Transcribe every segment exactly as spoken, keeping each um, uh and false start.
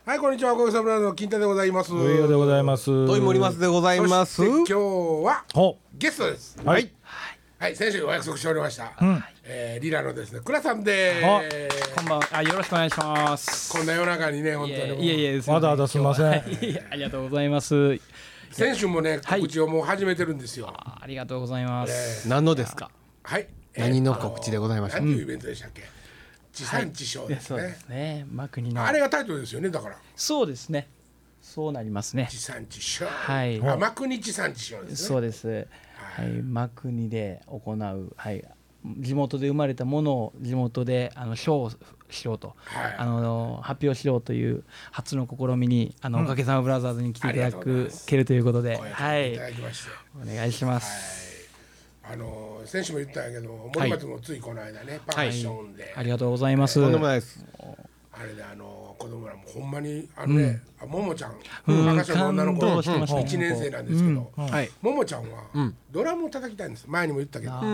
はい、こんにちは。ご無沙汰の金太でございます。 上与でございます。 土井森松でございます。 今日はゲストです。 はい。 はい、先週お約束しておりました。 うん、 えー、リラのですね、倉さんでこんばんは。あ、よろしくお願いします。 こんな夜中にね、本当に。 いえいえ、 まだまだすみません。 ありがとうございます。 先週もね、告知をもう始めてるんですよ。 あ、ありがとうございます。 えー、何のですか。 はい。 何の告知でございました。 何ていうイベントでしたっけ。地産地消ですね。 そうですね。まあ国の。 あれがタイトルですよね、だから。 そうですね。そうなりますね。 地産地消。 はい。 あ、ま国地産地消ですね。 そうです。はい。ま国で行う、はい。地元で生まれたものを地元であのショーしようと、はい、あの発表しようという初の試みにあの、うん、おかげさまブラザーズに来ていただくけるということで、はい、お願いします。 はい、あの先週も言ったんやけど、森松もついこの間ね、はい、パーカッションで、はい、 ありがとうございます。 とんでもないです。 あれであの子供らもほんまにあのね、うん、ももちゃん、パーカッションの女の子、うん、いちねん生なんですけど、うんうん、ももちゃんは、うん、ドラムを叩きたいんです。前にも言ったけど、うん、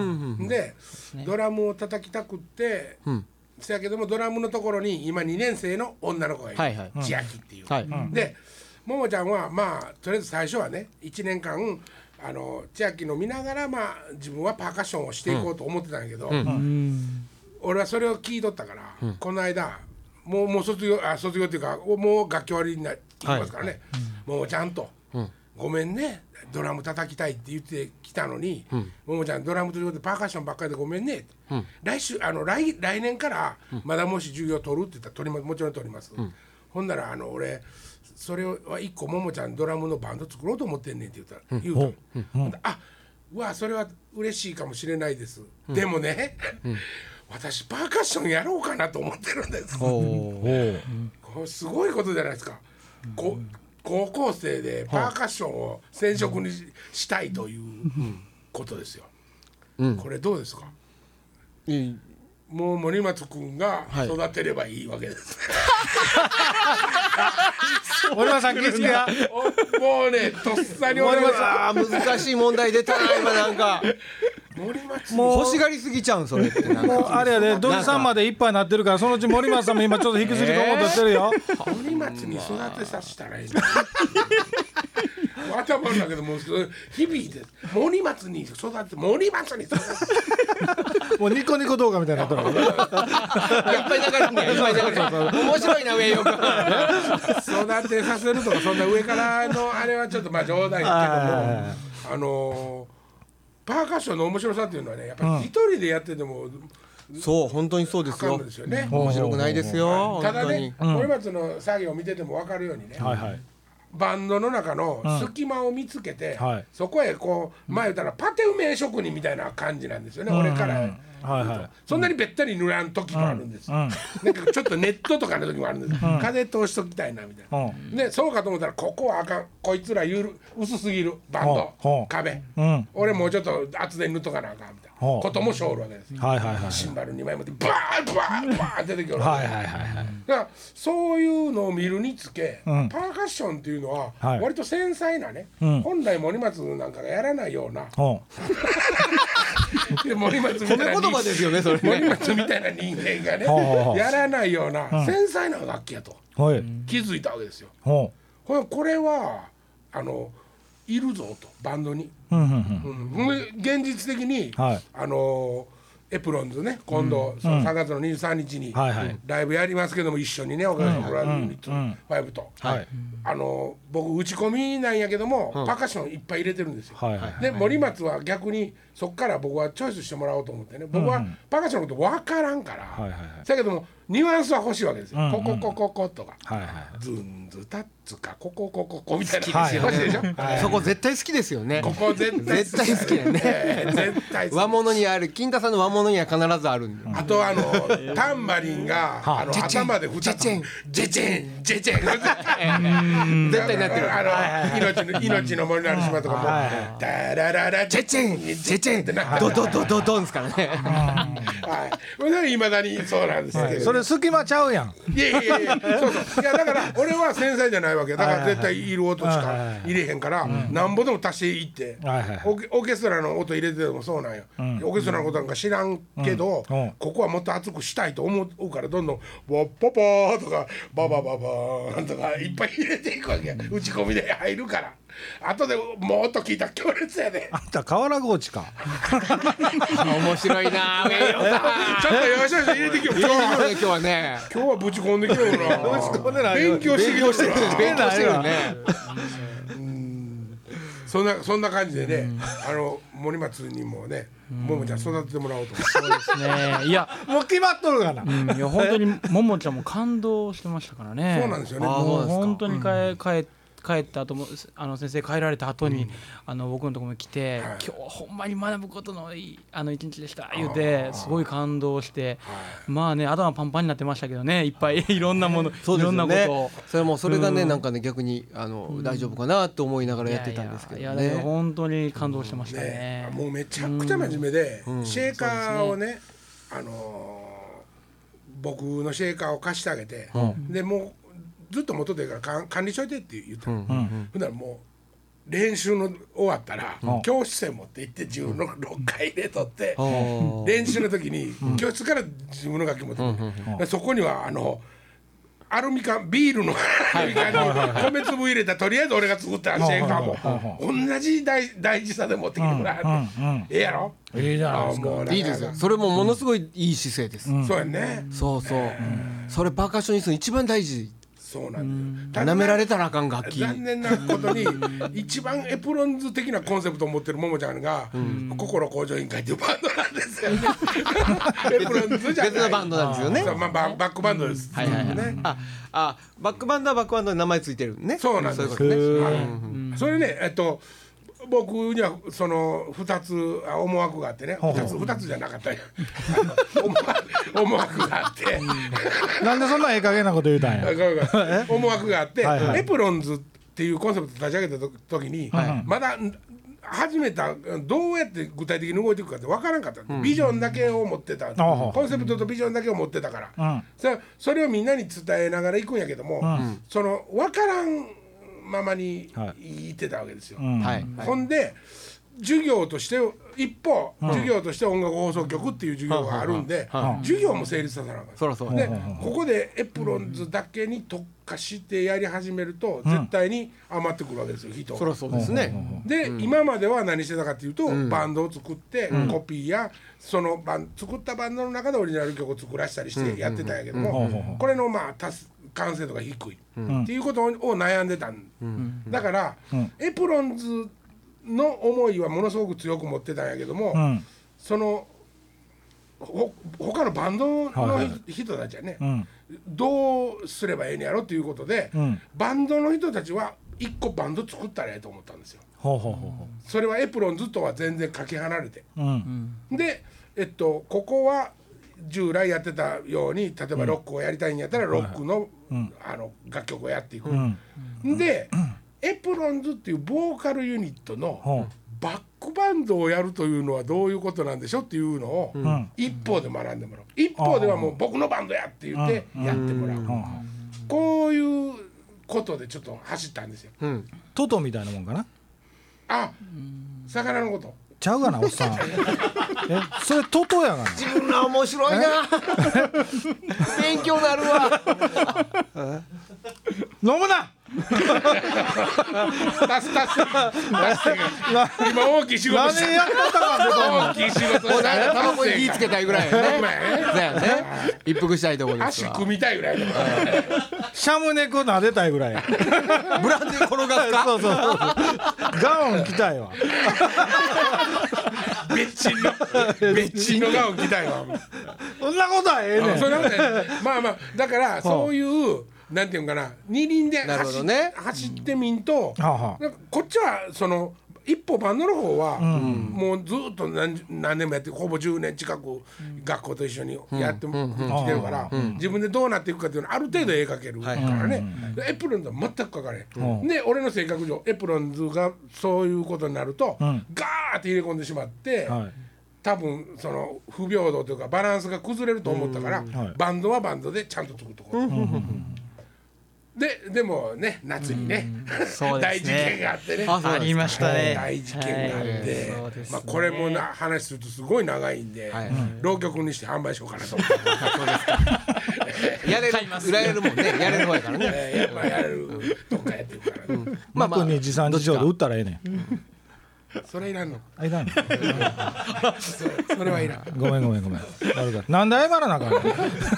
で、ね、ドラムを叩きたくって、うん、せやけどもドラムのところに今にねん生の女の子がいる、はいはい、千秋っていう、はい、でももちゃんはまあとりあえず最初はねいちねんかんあの千秋の見ながら、まあ、自分はパーカッションをしていこうと思ってたんやけど、うんうん、俺はそれを聞いとったから、うん、この間もうもう卒業あ卒業っていうかもう楽器終わりになりますからね、はい、ももちゃんと、うん、ごめんねドラム叩きたいって言ってきたのに、うん、ももちゃんドラムということでパーカッションばっかりでごめんね、うん、来週あの 来, 来年からまだもし授業取るって言ったら取り、ま、もちろん取ります、うん、ほんならあの俺それはいっこももちゃんドラムのバンド作ろうと思ってんねんって言ったら、うん、言うと、うんうん、あうわそれは嬉しいかもしれないです、うん、でもね、うん私パーカッションやろうかなと思ってるんです。これすごいことじゃないですか、うん、高校生でパーカッションを専職に し,、うん、したいということですよ、うん、これどうですか、うん、もう森松くんが育てればいいわけです、 はい、森松さん気付けやもうねとっさに俺は難しい問題出たな今なんか森松もう欲しがりすぎちゃうんそれってなんかもうあれやで土井さんまでいっぱいになってるからそのうち森松さんも今ちょっと引きずり込もうとしてるよ、 えー、森松に育てさせたらいい頭の中でもう日々で森松に育て森松に育てもうニコニコ動画みたいなところやっぱり流れるねいっぱい流れる面白いな上よ育てさせるとかそんな上からのあれはちょっとまあ冗談やけどもあのーパーカッションの面白さっていうのはねやっぱり一人でやってても、 うん、そう本当にそうですよですよね、 面白くないですよ、 ただね森松の作業を見てても分かるようにね、はいはい、バンドの中の隙間を見つけて、うん、そこへこう前言ったらパテ埋め職人みたいな感じなんですよね、うん、俺からはいはい、そんなにべったり塗らん時もあるんです、うん、なんかちょっとネットとかの時もあるんです、うん、風通しときたいなみたいな、うん、でそうかと思ったらここはあかんこいつらゆる薄すぎるバンド、うん、壁、うん、俺もうちょっと厚手に塗っとかなあかんみたいなこともしょるわけです、はいはいはい、シンバルにまい持ってバーンバーンバーン出てきよるわけです、はいはいはいはい、だからそういうのを見るにつけ、うん、パーカッションっていうのは割と繊細なね、はい、本来森松なんかがやらないような、で森松みたいな言葉ですよねそれね森松みたいな人間がねやらないような繊細な楽器やと、うん、気づいたわけですよ、うん、これはあのいるぞとバンドに、うんうんうん、現実的に、はい、あのエプロンズね今度、うん、そのさんがつのにじゅうさんにちにライブやりますけども一緒にねおかげさまでブラザーズユニットごと、はい、あの僕打ち込みなんやけども、うん、パーカッションいっぱい入れてるんですよ、はいはい、で森松は逆にそっから僕はチョイスしてもらおうと思ってね僕はパーカッションのこと分からんから、はいはいはい、だけどもニュアンスは欲しいわけですよ、うんうん、ここここことか、はいはい、ズンズタッツかこここここみたいな欲しいでしょ、 はい、そこ絶対好きですよねここ絶対絶対好きだよね絶対好き和物にある金太さんの和物には必ずあるんで、 あとあのタンバリンがあの頭でふたつジェチェンジェチェンジェチェン絶対なってるあの命の命の森のある島とかもダラララジェチェンジェチェンってなってドドドドドンですからねはいいまだにそうなんですけどそれれ隙間ちゃうやん。 いやいやいやそうそういやだから俺は繊細じゃないわけだから絶対いる音しか入れへんからなんぼでも足していってオーケストラの音入れててもそうなんよ、うん、オーケストラのことなんか知らんけど、うんうん、ここはもっと熱くしたいと思うからどんどんボッポポーとかババババーンとかいっぱい入れていくわけ打ち込みで入るから後でもっと聞いたら強烈やで。 あんた瓦コーチか面白いな上よちょっとよしよし入れてきよう今日はね今日はぶち込んできような勉強してきようしてる勉強してるねそんなそんな感じでねあの森松にもねももちゃん育ててもらおうと思ってそうですねいやもう決まっとるかな、うん、いや本当にももちゃんも感動してましたからねそうなんですよねもう本当に帰、うん、帰って帰った後もあの先生帰られた後に、うん、あの僕のところに来て、はい、今日はほんまに学ぶことのいいあの一日でした言うてすごい感動して、はい、まあね頭パンパンになってましたけどねいっぱいいろんなもの、 そうですよね、 いろんなことをそれもそれがね、うん、なんかね逆にあの、うん、大丈夫かなと思いながらやってたんですけどね。いやいやいやだから本当に感動してましたね、 ねもうめちゃくちゃ真面目で、うん、シェーカーをね、ねあのー、僕のシェーカーを貸してあげて、うん、でもうずっと元でから管理しといてって言った、うんうん、ほんならもう練習の終わったら、うん、教室へ持って行って自分のろっかい入れとって、うん、練習の時に、うん、教室から自分の楽器持ってくる、うんうん、そこにはあのアルミ缶ビールのアルミ缶に米粒入れたとりあえず俺が作ったシェーカーも同じ 大, 大事さで持ってきてもらって、うんうんうん、ええやろいいじゃないですか。 いいですよ。それもものすごいいい姿勢です、 うん、そうやねそうそう、うん、それパーカッショニストの一番大事。 そうなんだよ。 舐められたらあかん楽器。 残念なことに一番エプロンズ的なコンセプトを持ってるももちゃんが、うん、心向上委員会っていうバンドなんですよね。エプロンズじゃない別のバンドなんですよね。 そう、まあ、バ, バックバンドです、 うんはいはいはいね、ああバックバンドはバックバンドに名前ついてるね。 そうなんです。そういうことね、はい、それねえっと僕にはそのふたつ思惑があってねふたつふたつじゃなかったよ思惑があってなんでそんなええ加減なこと言うたんや思惑があって、はいはい、エプロンズっていうコンセプト立ち上げた時に、はい、まだ始めたどうやって具体的に動いていくかって分からんかった、うん、ビジョンだけを持ってた、うん、コンセプトとビジョンだけを持ってたから、うん、そ, それをみんなに伝えながら行くんやけども、うん、その分からんままに言ってたわけですよ、はい、ほんで授業として一方、うん、授業として音楽放送局っていう授業があるんで、うん、授業も成立させなかった、 そそうで、うん、ここでエプロンズだけに特化してやり始めると、うん、絶対に余ってくるわけですよ人が。 そりゃそうですね。 で、うん、今までは何してたかっていうと、うん、バンドを作って、うん、コピーやそのバン作ったバンドの中でオリジナル曲を作らせたりしてやってたんやけども、うん、これのまあ足す完成度が低い、うん、っていうことを悩んでたん、うん、だから、うん、エプロンズの思いはものすごく強く持ってたんやけども、うん、そのほ他のバンドの、はいはい、人たちはね、うん、どうすればええんやろっていうことで、うん、バンドの人たちはいっこバンド作ったらええと思ったんですよ。ほうほうほうほう。それはエプロンズとは全然かけ離れて、うん、で、えっと、ここは従来やってたように例えばロックをやりたいんやったらロックの、うん、あの楽曲をやっていく、うん、で、うん、エプロンズっていうボーカルユニットのバックバンドをやるというのはどういうことなんでしょっていうのを一方で学んでもらう、一方ではもう僕のバンドやって言ってやってもらう、こういうことでちょっと走ったんですよ、うん、 トトみたいなもんかな。 あ、魚のことちゃうがなおっさんえそれトトやがな。 自分ら面白いな勉強なるわ飲むなタスタスタス今大きい仕事した。 何やったか大きい仕事した。 タバコに火つけたいぐらいよね。だよね。一服したいところですわ。 足組みたいぐらい。 シャムネコ撫でたいぐらい。 ブランデー転がすか。 そうそうそう。ガウン着たいわ。 別チンの別チンのガウン着たいわ。 そんなことはええねん。 それはね、まあまあだからそういうなんていうんかな二輪で走、ね、走ってみんと、うん、はあ、こっちはその一歩バンドの方は、うん、もうずっと 何, 何年もやってほぼじゅうねん近く学校と一緒にやってきてるから、うん、自分でどうなっていくかっていうのはある程度絵描けるからね、うん、エプロンズは全く描かれへん、うん、で俺の性格上エプロンズがそういうことになると、うん、ガーって入れ込んでしまって、はい、 多分その不平等というかバランスが崩れると思ったから、バンドはバンドでちゃんと作っとこうと。ででもね夏にね、大事件があってね、 ありましたね。 大事件があって、まあこれもな話するとすごい長いんで、浪曲にして販売しようかなと思って。 やれる売られるもんね、やれる方やからね。 やっぱやれるどっかやってるから。 まあまあ持参事情で売ったらええねん。 それいらんの。 あいらんの。 それはいらん。 ごめんごめんごめん。悪かった。なんで謝らなあかんの。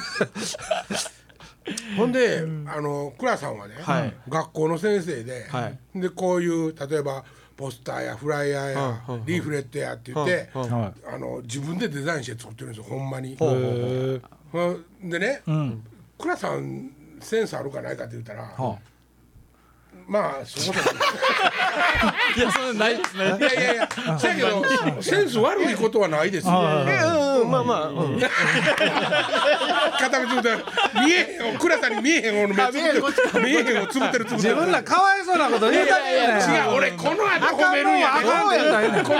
ほんで、あの倉さんはね、学校の先生で、でこういう例えばポスターやフライヤーやリーフレットやって言って、あの自分でデザインして作ってるんですよ、ほんまに。でね、倉さんセンスあるかないかって言ったら、まあそこでいやそれないですね。 いやいやいや、だけどセンス悪いことはないですよ。 まあまあ片目つぶって見えへん、倉さんに見えへん方の目つぶってる、見えへん方つぶってるつぶってる。 自分らかわいそうなこと言うたけ違う、俺この後褒めるんや。この後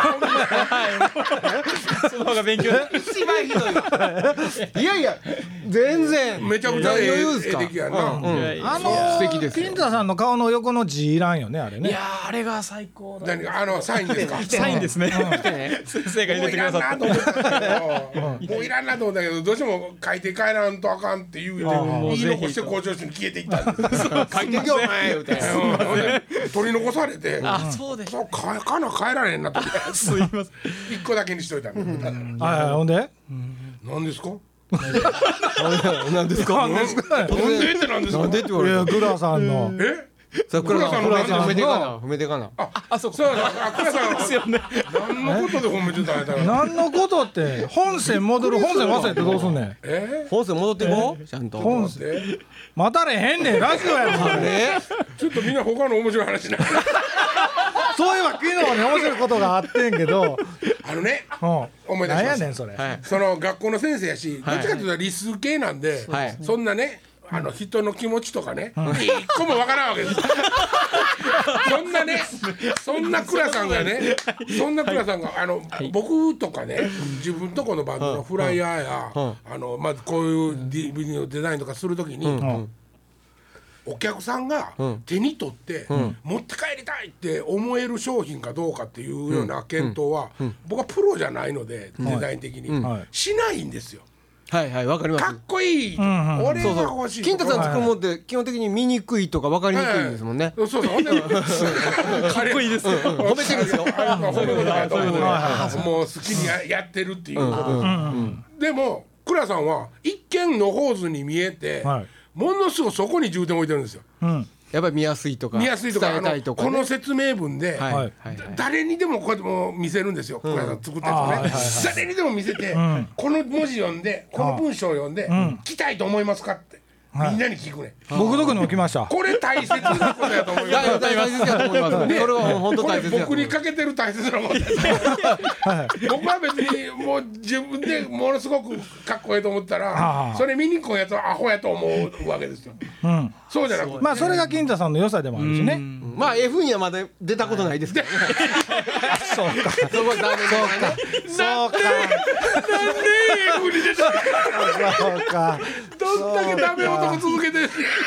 その方が勉強一番ひどい。いやいや全然めちゃくちゃええ出来やな。 あの素敵ですよ。 金田さんの顔の横の字いらんよね、あれね。 いやあれが最高だ。 何あのサインですか。 サインですね。先生が入れてくださった。 もういらんなと思ったけど、どうしても書いて帰らんとあかんって言うて言い残して校長室に消えていったんです。 書いてきよお前言うて取り残されて、 あそうです。 そうかかな帰られへんなと。 すいません。 一個だけにしといたの。 はいはい、ほんで何ですか。 何ですか。 なんでってなんですか。 なんでって言わいやれた。 倉さんのえ。 さあ倉さん倉さん褒めてかな褒めてかな。 ああそうそうそう。あ倉さんですよね。何のことで褒めてたんやったら。 何のことって本線戻る、本線忘れてどうすんねん。 え。 本線戻ってこうちゃんと。 本線待たれへんねん、ラジオやもん。 ちょっとみんな他の面白い話な。 そういえば昨日ね面白いことがあってんけど、 あのね、 思い出しました。 何やねんそれ。 その学校の先生やし、どっちかというと理数系なんで、そんなね、あの人の気持ちとかね、一個もわからんわけです。そんなね、そんな倉さんがね、そんな倉さんがあの僕とかね、自分とこのバンドのフライヤーや、あのまずこういう ディーブイディー のデザインとかするときに。お客さんが手に取って持って帰りたいって思える商品かどうかっていうような検討は僕はプロじゃないのでデザイン的にしないんですよ。 はいはいわかります。 かっこいい、俺が欲しい。 金田さん作るもんって基本的に見にくいとか分かりにくいですもんね。 そうそう。ほんでかっこいいですよ。 褒めてるんですよ。 褒めるだと思う。もう好きにやってるっていうこと。でも倉さんは一見のほうずに見えて。ものすごくそこに重点を置いてるんですよ。 やっぱり見やすいとか見やすいとか、あのこの説明文で誰にでもこうやっても見せるんですよ。これ作ったやつね。誰にでも見せて、この文字読んで、この文章を読んで来たいと思いますかってみんなに聞くね。 僕どこにも来ました。 これ大切なことやと思います。 大切だと思いますね。それは本当大切だ。 僕にかけてる大切なことです。僕は別にもう自分でものすごくかっこいいと思ったら、それ見に来んやつはアホやと思うわけですよ。そうじゃなくて、 まあそれが金田さんの良さでもあるしね。 まあ F にはまだ出たことないですけどね。 そうか。 そこダメだね。 そうか。 なんで F に出たの。 そうか。 どんだけダメ男続けてる。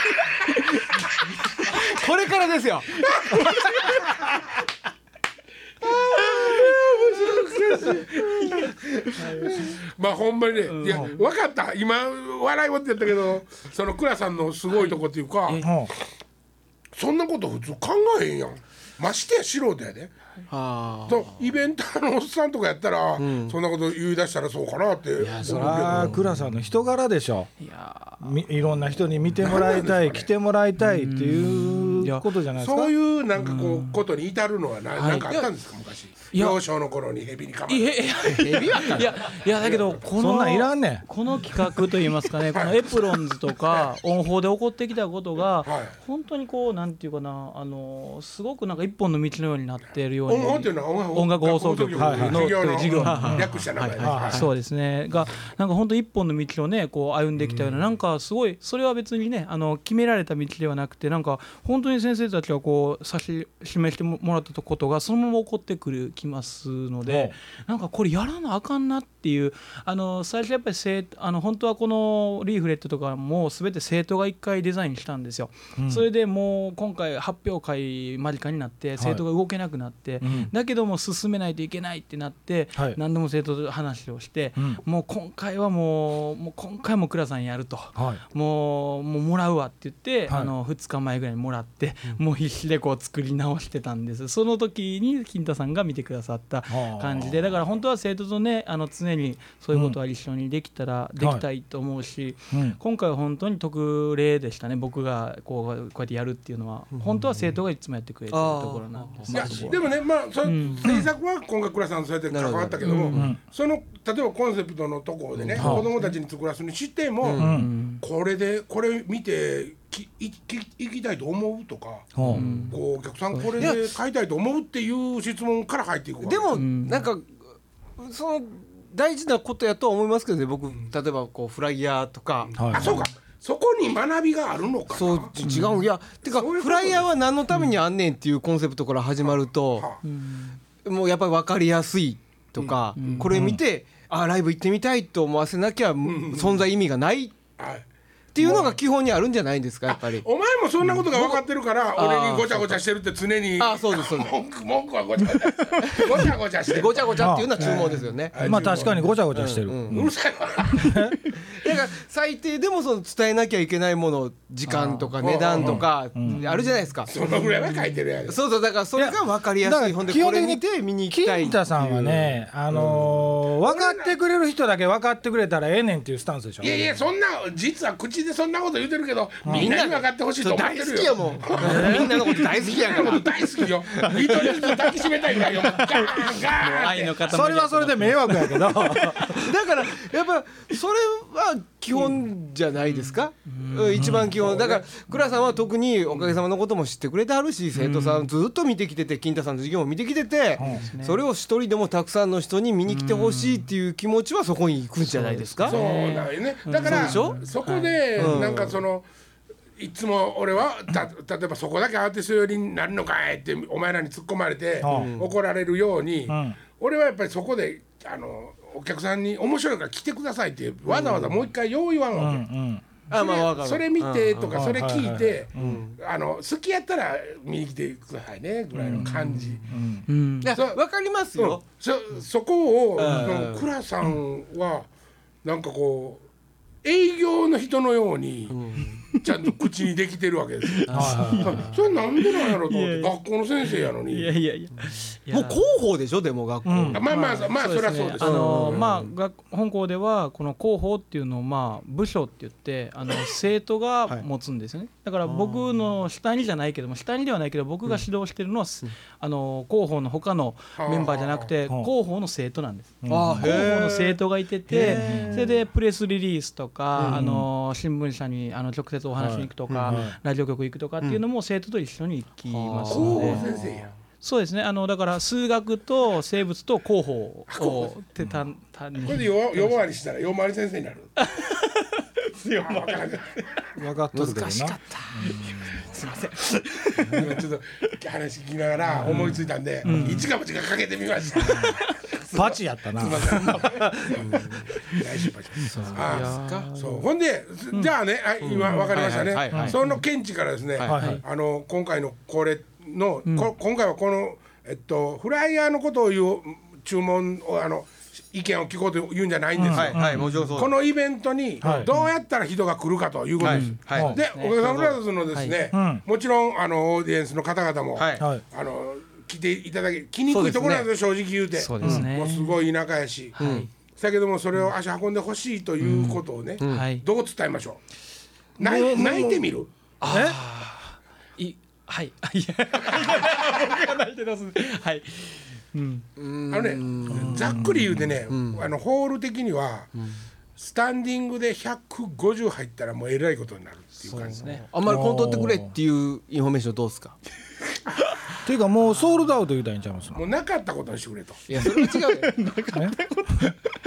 これからですよ。 まあほんまにね、いや分かった。今笑い事やったけど、その倉さんのすごいとこっていうか、そんなこと普通考えへんやん。ましてや素人やで。とイベンターのおっさんとかやったら、そんなこと言い出したらそうかなって思うけど。 そりゃ倉さんの人柄でしょ。いやいろんな人に見てもらいたい、来てもらいたいっていうことじゃないですか。 そういうなんかこうことに至るのは何かあったんですか昔。幼少の頃にヘビに噛まれて。 ヘビやったんいやいやだけどこのそんなんいらんねん。 この企画といいますかね、このエプロンズとか音法で起こってきたことが本当にこうなんていうかな、あのすごくなんか一本の道のようになっているように。 音法っていうのは音楽放送局の授業の授業略した名前。 そうですね。がなんか本当一本の道をねこう歩んできたような、なんかすごいそれは別にねあの決められた道ではなくて、なんか本当に先生たちはこう指し示してもらったことがそのまま起こってくるきますので、なんかこれやらなあかんなっていう、あの最初やっぱり生あの本当はこのリーフレットとかも全て生徒が一回デザインしたんですよ、うん、それでもう今回発表会間近になって生徒が動けなくなって、はい、だけども進めないといけないってなって、はい、何度も生徒と話をして、うん、もう今回はもう、もう今回も倉さんやると、はい、もう、もうもらうわって言って、はい、あのふつかまえぐらいにもらって、うん、もう必死でこう作り直してたんです。その時に金太さんが見てくださった感じで、だから本当は生徒とねあの常にそういうことは一緒にできたらできたいと思うし、うんはい、今回は本当に特例でしたね。僕がこう、こうやってやるっていうのは、うん、本当は生徒がいつもやってくれてるところなんです。 いやでもね、まあそ、うん、制作は今回倉さんそうやって関わったけども、うん、その例えばコンセプトのところでね、うん、子どもたちに作らすにしても、うん、これでこれ見てきいき行きたいと思うとか、うん、こうお客さんこれで買いたいと思うっていう質問から入っていくわけでも、うん、なんかその大事なことやとは思いますけどね。僕、うん、例えばこうフライヤーとか、 はい、あそうかそこに学びがあるのかな。 そう違う、うん、いやてかフライヤーは何のためにあんねんっていうコンセプトから始まると、うん、もうやっぱり分かりやすいとか、うん、これ見て、うん、あライブ行ってみたいと思わせなきゃ、うん、存在意味がない、はいっていうのが基本にあるんじゃないんですかやっぱり。 お前もそんなことが分かってるから、うん、俺にごちゃごちゃしてるって常に。 あそうですそうです。 文句文句はごちゃごちゃごちゃごちゃしてる。 ごちゃごちゃっていうのは注文ですよね。 まあ確かにごちゃごちゃしてる。 うんうん、うるさいわ。だから最低でもその伝えなきゃいけないもの時間とか値段とかあるじゃないですか。 そのぐらいは書いてるやん。 そうそうだからそれが分かりやすい。ほんでこれ見て見に行きたい。 金太さんはね、あのー、分かってくれる人だけ分かってくれたらええねんっていうスタンスでしょ。 いやいやそんな実は口でそんなこと言ってるけど、みんなに分かってほしいと思ってるよ。 大好きやもん。みんなのこと大好きやから。 大好きよ。一人ずつ抱きしめたいぐらいよ。ガーンガーン。 愛の塊。 それはそれで迷惑やけど。だからやっぱそれは基本じゃないですか。うん、一番基本だから倉さんは特におかげさまのことも知ってくれてあるし、生徒さんずっと見てきてて、金太さんの授業も見てきてて、うん、それを一人でもたくさんの人に見に来てほしいっていう気持ちはそこに行くんじゃないですか。 そうなんよね。だから、うん、そ, そこで、はい、なんかそのいつも俺はた例えばそこだけアーティスト寄りになるのかいってお前らに突っ込まれて、うん、怒られるように、うん、俺はやっぱりそこであのお客さんに面白いから来てくださいってわざわざもう一回よう言わんわけ、うんうんそれ、まあ、それ見てとか、うん、それ聞いて、うん、あの好きやったら見に来てくださいねぐらいの感じ、 うんうんうん、いや分かりますよ、 うん、そ, そこを倉さんはなんかこう営業の人のように、うんちゃんと口にできてるわけですよ。それなんでなんやろうと思って学校の先生やのに。 いやいやいや。もう広報でしょでも学校。うん、 まあまあまあ、まあ、そりゃそうです。 あのー、まあ本校ではこの広報っていうのをまあ部署って言ってあの生徒が持つんですよね。だから僕の下にじゃないけども下にではないけど僕が指導してるのは、うん、あの広報の他のメンバーじゃなくて広報の生徒なんです。広報の生徒がいてて、それでプレスリリースとかあの新聞社にあの直接お話に行くとか、はいうん、ラジオ局行くとかっていうのも生徒と一緒に行きますので、 うん、先生やそうですねあのだから数学と生物と広報をてたんたんこれで夜回りしたら夜回り先生になる分かっとるけどな難しかった、うん、すいません今ちょっと話聞きながら思いついたんで、うん、一か八かかけてみましたパチやったな。大失敗しました。ああ、そう。ほんで、じゃあね、今わかりましたね。その見地からですね、あの今回のこれの、今回はこのえっとフライヤーのことを言う注文をあの意見を聞こうと言うんじゃないんですよ。このイベントにどうやったら人が来るかということです。で、おかげさまブラザーズのですね、もちろんあのオーディエンスの方々もあの。来ていただき来にくいところなんですよ、正直言うてそうですね、 もうすごい田舎やし、はい、だけどもそれを足運んでほしいということをね、うんはい、どう伝えましょう。泣い、泣いてみる。 あいはいいや僕が泣いてますはい、 うん、あのねざっくり言うてね、うん、あのホール的には、うん、スタンディングでひゃくごじゅう入ったらもうえらいことになるっていう感じですね。 あんまりコントってくれっていうインフォメーションどうですかっていうかもうソールドアウト言うたらいいんちゃいますの。 もうなかったことにしてくれと。 いやそれは違うよなかったこと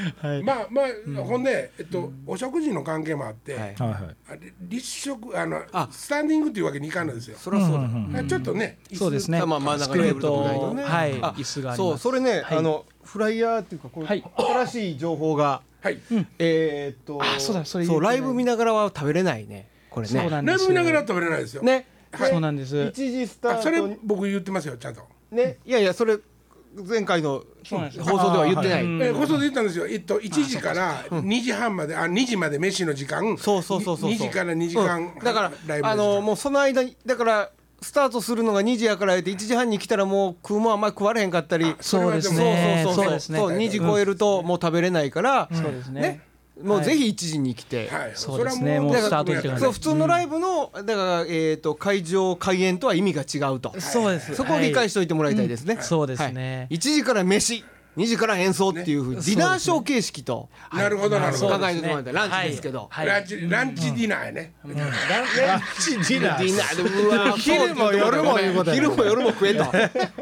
はい、まあまあ、うん、ほんで、えっと、お食事の関係もあって、はい、立食あのあスタンディングっていうわけにいかんのですよ。 そりゃそうだ、うんうん、ちょっとねそうですね、 まあ真ん中にテーブルとかないとね、 はい、椅子があります。 そうそれね、はい、あのフライヤーっていうかこう、はい、新しい情報が、はい、えー、っとあそうだそれそうライブ見ながらは食べれないねこれね。 ライブ見ながらは食べれないですよね。 はい、そうなんです。 一時スタートそれ僕言ってますよちゃんとね。いやいやそれ前回の放送では言ってない、 え放送で言ったんですよ。えっといちじからにじはんまであにじまで飯の時間、 そうそうそうそうにじからにじかん、 うん、だからライブあのもうその間にだからスタートするのがにじやから言っていちじはんに来たらもう食うもんあんまり食われへんかったり、 そうですねそうそうそうそうにじ超えるともう食べれないから、 そうですねもうぜひいちじに来て、 はい、そうですねもうスタートしてから、 そう普通のライブのだからえっと会場開演とは意味が違うと、 そうです。 そこを理解しておいてもらいたいですね。 そうですね。 いちじから飯にじから演奏っていうふうにディナーショー形式となるほどなるほど考えてもらいたい。ランチですけどランチランチディナーやね。 ランチディナーディナーでうわ昼も夜もいうことや。 昼も夜も食えと。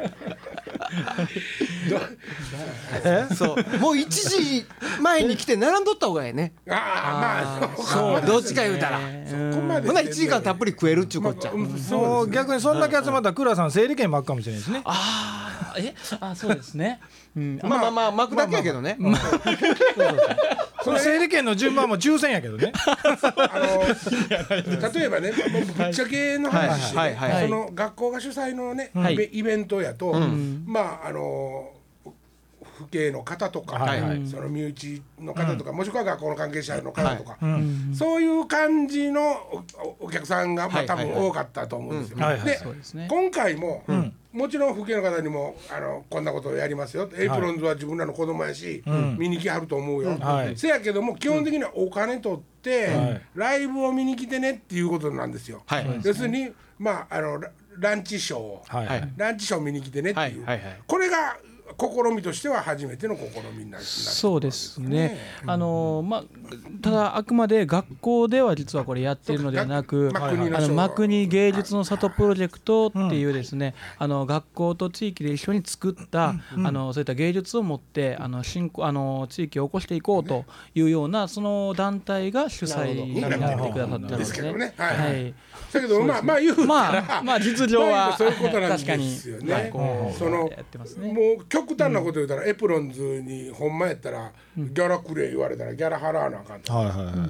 そうもういちじまえに来て並んどった方がいいね。 ああまあそうどっちか言うたらほないちじかんたっぷり食えるっちゅうこっちゃ。 もう逆にそんだけ集まったら倉さん整理券巻くかもしれないですね。 ああえあそうですね。 まあまあまあ巻くだけやけどね。 その整理券の順番も抽選やけどね。 例えばねぶっちゃけの話でその学校が主催のねイベントやとまああの父兄の方とか、はいはい、その身内の方とか、うん、もしくは学校の関係者の方とか、はい、そういう感じの お, お客さんが、まあ、多分多かったと思うんですよ。で、今回も、うん、もちろん父兄の方にもあのこんなことをやりますよ、エイプロンズは自分らの子供やし、はい、見に来はると思うよ、はい、せやけども基本的にはお金取って、はい、ライブを見に来てねっていうことなんですよ。はい、要するに、まあ、あのランチショー、はい、ランチショー見に来てねっていう、はいはいはい、これが試みとしては初めての試みになる、ね、 そうですね。あのまあただあくまで学校では実はこれやっているのではなく、真国芸術の里プロジェクトっていうですね、あの学校と地域で一緒に作った、あのそういった芸術を持ってあの振興あの地域を起こしていこうというようなその団体が主催になってくださったんですね。はい。 だけどまあまあ言うたらまあまあ実情はそういうことなんですよね。そのもう極端なこと言うたらエプロンズにほんまやったらギャラくれ言われたらギャラ払わなあかんと。はいはいはい。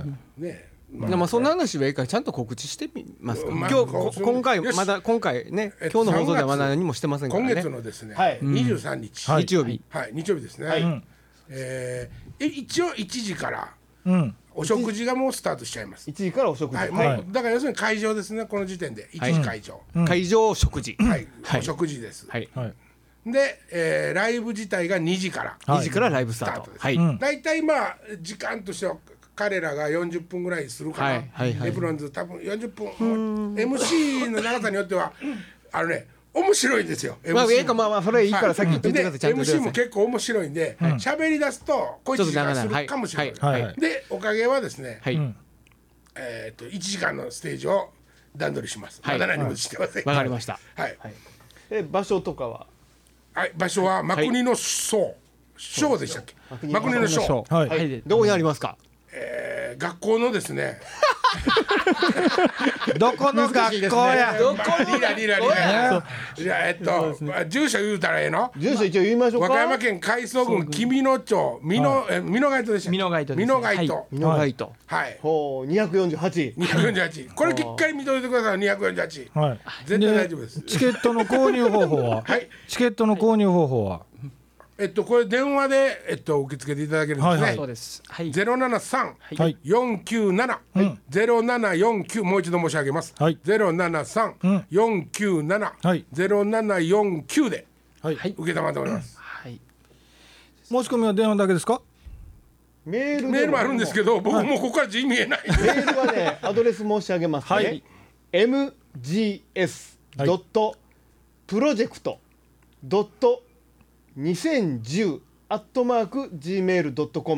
ね。 まあそんな話はいいからちゃんと告知してみますか。今日今回まだ今回ね今日の放送ではまだ何もしてませんからね。 今月のですねにじゅうさんにち日曜日はい日曜日ですね。え一応いちじから。お食事がもうスタートしちゃいます。 いちじからお食事。 はい、もうだから要するに会場ですねこの時点でいちじ会場。 会場食事。 はい、お食事です。はい。で、えー、ライブ自体がにじからにじからライブスタートです。はい。 だいたいまあ時間としては彼らがよんじゅっぷんぐらいするかな。エプロンズ多分よんじゅっぷん。エムシー の長さによってはあのね。面白いんですよ。 まあええかまあまあそれいいからさっき言ってください。ちゃんとエムシー も結構面白いんで喋り出すと小いちじかんするかもしれない。でおかげはですねえっといちじかんのステージを段取りします。まだ何もしてません。 わかりました。 はい。 え場所とかははい場所は真国の荘荘でしたっけ。真国の荘。 はい。どこにありますか。 え学校のですね。 どこの学校や。 どこのリラリラリラ。じゃあえっと住所言うたらええの。 住所一応言いましょうか。 和歌山県海藻郡紀美野町美濃え美濃街道でした。 美濃街道。 美濃街道。 美濃街道。 はい。 ほうにひゃくよんじゅうはち。 にひゃくよんじゅうはち。これ一回見といてください。にひゃくよんじゅうはち。はい。絶対大丈夫です。 チケットの購入方法は。はい。チケットの購入方法は。 えっとこれ電話でえっと受け付けていただけるんですね。 そうです。はい。 ゼロななさんよんきゅうななゼロななよんきゅうもう一度申し上げます。ゼロななさんよんきゅうななゼロななよんきゅうで受けたまっております。はい。 申し込みは電話だけですか？ メールメールもあるんですけど僕もうここから字見えない。 メールはねアドレス申し上げますね。エムジーエスドットプロジェクトドットにせんじゅうアットマーク ジーメールドットコム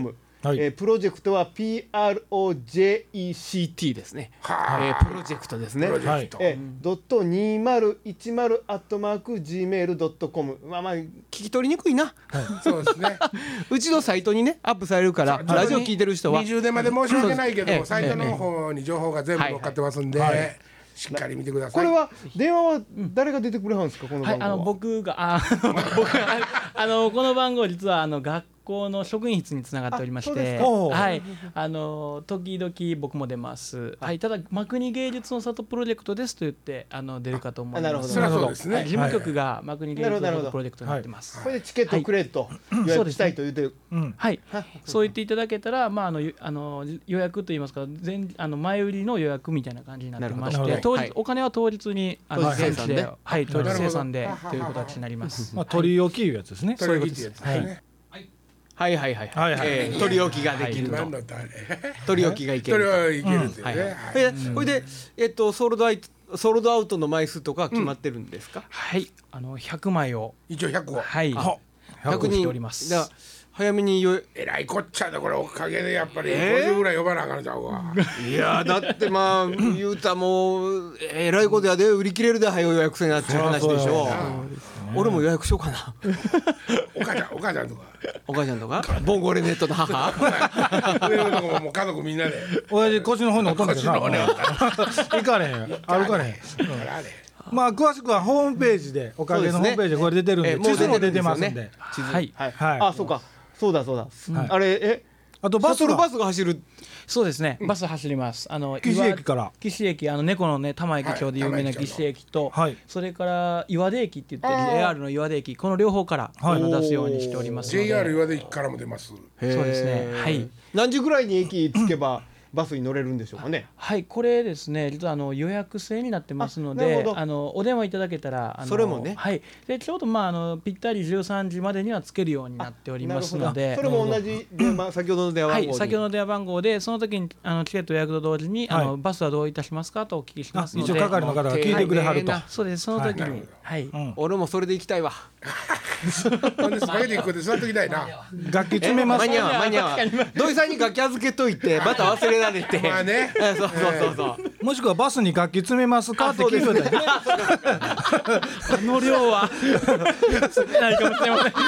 はい、えー、プロジェクトは ピーアールオージェーイーシーティー ですね、えー、プロジェクトですね、はい、えー、ドットにせんじゅうアットマーク ジーメールドットコム、まあまあ聞き取りにくいな、はい、そうですねうちのサイトにねアップされるから、ラジオ聞いてる人はにじゅうねんまで申し訳ないけど、えー、サイトの方に情報が全部載っかってますんで、はいはい、しっかり見てください。 これは電話は誰が出てくれはんですか、この番号は。 はい、あの僕があ僕があのこの番号実はあの学校の職員室につながっておりまして、はい、あの時々僕も出ます。はい、ただ真国芸術の里プロジェクトですと言ってあの出るかと思います。 なるほど。 なるほどですね。 事務局が真国芸術の里プロジェクトになってます。 これでチケットくれと予約したいと言って、 はい、そう言っていただけたら、まああのあの予約といいますか、前あの前売りの予約みたいな感じになってまして、当日お金は当日にあの現地で、はい、当日生産でという形になります。 まあ取り置きいうやつですね。 取り置きってやつですね。 はいはいはいはい、えー、取り置きができると、取り置きがいけると、 取り置きがいけるっていうね。 それでえっとソールドアウトソールドアウトの枚数とか決まってるんですか。 はい、あのひゃくまいを一応ひゃくを、 はい、ひゃくにしております。 だ早めによえらいこっちゃだ、これおかげでやっぱりごじゅうぐらい呼ばなあかんちゃうわ。 いやだってまあ言うたもうえらいことやで、売り切れるで早予約せなっちゅう話でしょ。俺も予約しようかな。 お母ちゃんお母ちゃんとかお母ちゃんとかボンゴレネットの母上のとこも家族みんなで親父こっちの方におったんだけどな行かれへん歩かれへん。まあ詳しくはホームページでおかげのホームページでこれ出てるんで、地図も出てますんで、 はいはい、あそうかそうだそうだ、あれえあとバスバスが走る。 そうですね、バス走ります。あの岸駅から岸駅、あの猫のね玉駅町で有名な岸駅と、はい、それから岩出駅って言って ジェイアール の岩出駅、この両方から、はい、出すようにしておりますので。 ジェイアール 岩出駅からも出ます。そうですね、はい。 何時ぐらいに駅着けばバスに乗れるんでしょうかね。 はい、これですね、実はあの予約制になってますので、あのお電話いただけたら、あのそれもね、 はい、でちょうどまああのぴったりじゅうさんじまでにはつけるようになっておりますので、 それも同じ電話、先ほどの電話番号に、 はい、先ほどの電話番号で、その時にあのチケット予約と同時に、はい、あのバスはどういたしますかとお聞きしますので、 一応係の方が聞いてくれはると、はい、 そうです、その時に、はいはい、うん、 俺もそれで行きたいわ。 スパゲティ食うて座っときたいな。 楽器詰めます。 間に合わ間に合わ土井さんに楽器預けといてまた忘れられて、 まあね、 そうそうそうそう、 もしくはバスに楽器詰めますかって聞いてたよね。 あの量は詰めないかもしれません。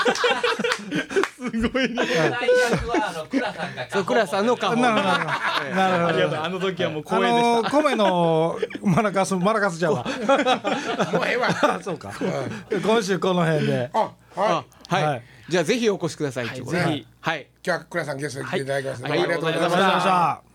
すごいね。 そう、倉さんの家宝。 なるほどなるほど。 あの時はもう光栄でした。 あの米のマラカスマラカスじゃわ。 もうええわ。 そうか。今週この辺で。 あ、はい。はい。じゃあぜひお越しください。ぜひ。 はい。 今日は倉さんゲストに来ていただきました。ありがとうございました。